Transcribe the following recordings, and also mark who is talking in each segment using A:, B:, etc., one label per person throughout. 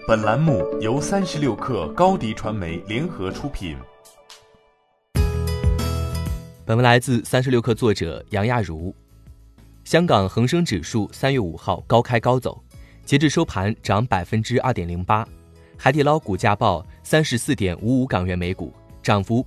A: 本栏目由36氪高迪传媒联合出品。
B: 本文来自36氪作者杨亚茹。香港恒生指数3月5号高开高走，截至收盘涨 2.08%， 海底捞股价报 34.55 港元每股，涨幅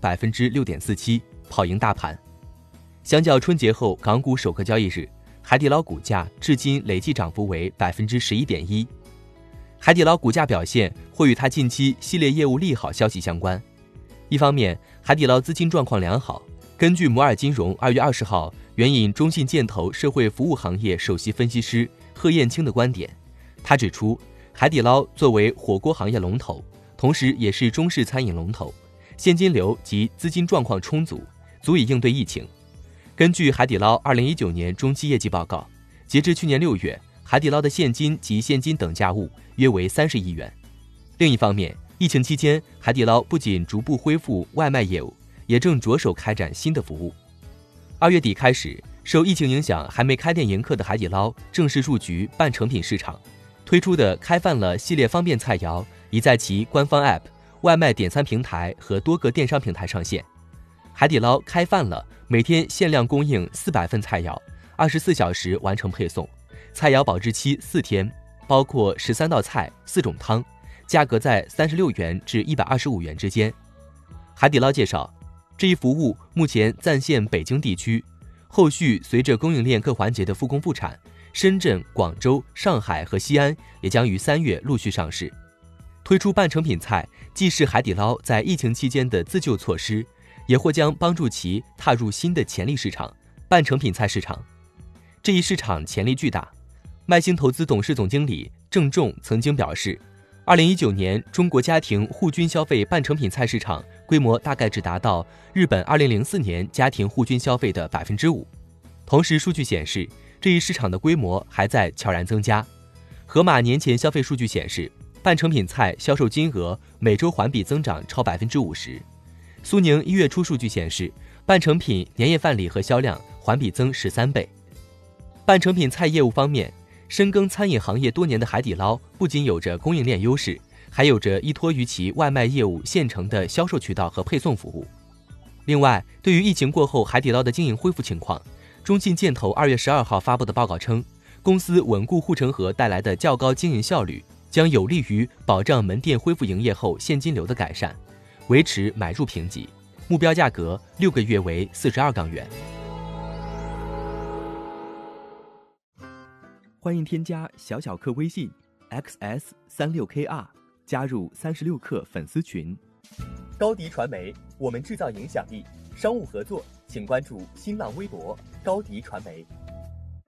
B: 6.47%， 跑赢大盘。相较春节后港股首个交易日，海底捞股价至今累计涨幅为 11.1%。 海底捞股价表现或与它近期系列业务利好消息相关。一方面，海底捞资金状况良好。根据摩尔金融2月20号援引中信建投社会服务行业首席分析师贺燕青的观点，他指出，海底捞作为火锅行业龙头，同时也是中式餐饮龙头，现金流及资金状况充足，足以应对疫情。根据海底捞2019年中期业绩报告，截至去年6月，海底捞的现金及现金等价物约为30亿元。另一方面，疫情期间，海底捞不仅逐步恢复外卖业务，也正着手开展新的服务。2月底开始，受疫情影响还没开店迎客的海底捞正式入局半成品市场，推出的开饭了系列方便菜肴已在其官方 App、外卖点餐平台和多个电商平台上线。海底捞开饭了每天限量供应400份菜肴，24小时完成配送，菜肴保质期4天，包括13道菜、4种汤，价格在36元至125元之间。海底捞介绍，这一服务目前暂限北京地区，后续随着供应链各环节的复工复产，深圳、广州、上海和西安也将于3月陆续上市。推出半成品菜，既是海底捞在疫情期间的自救措施，也或将帮助其踏入新的潜力市场——半成品菜市场。这一市场潜力巨大。麦兴投资董事总经理郑重曾经表示，2019年中国家庭户均消费半成品菜市场规模大概只达到日本2004年家庭户均消费的 5%。 同时数据显示，这一市场的规模还在悄然增加。盒马年前消费数据显示，半成品菜销售金额每周环比增长超 50%。 苏宁1月初数据显示，半成品年夜饭礼盒销量环比增13倍。半成品菜业务方面，深耕餐饮行业多年的海底捞不仅有着供应链优势，还有着依托于其外卖业务现成的销售渠道和配送服务。另外，对于疫情过后海底捞的经营恢复情况，中信建投2月12号发布的报告称，公司稳固护城河带来的较高经营效率，将有利于保障门店恢复营业后现金流的改善，维持买入评级，目标价格6个月为42港元。欢迎添加小小客微信 xs36kr， 加入36氪粉丝群。
C: 高迪传媒，我们制造影响力。商务合作请关注新浪微博高迪传媒。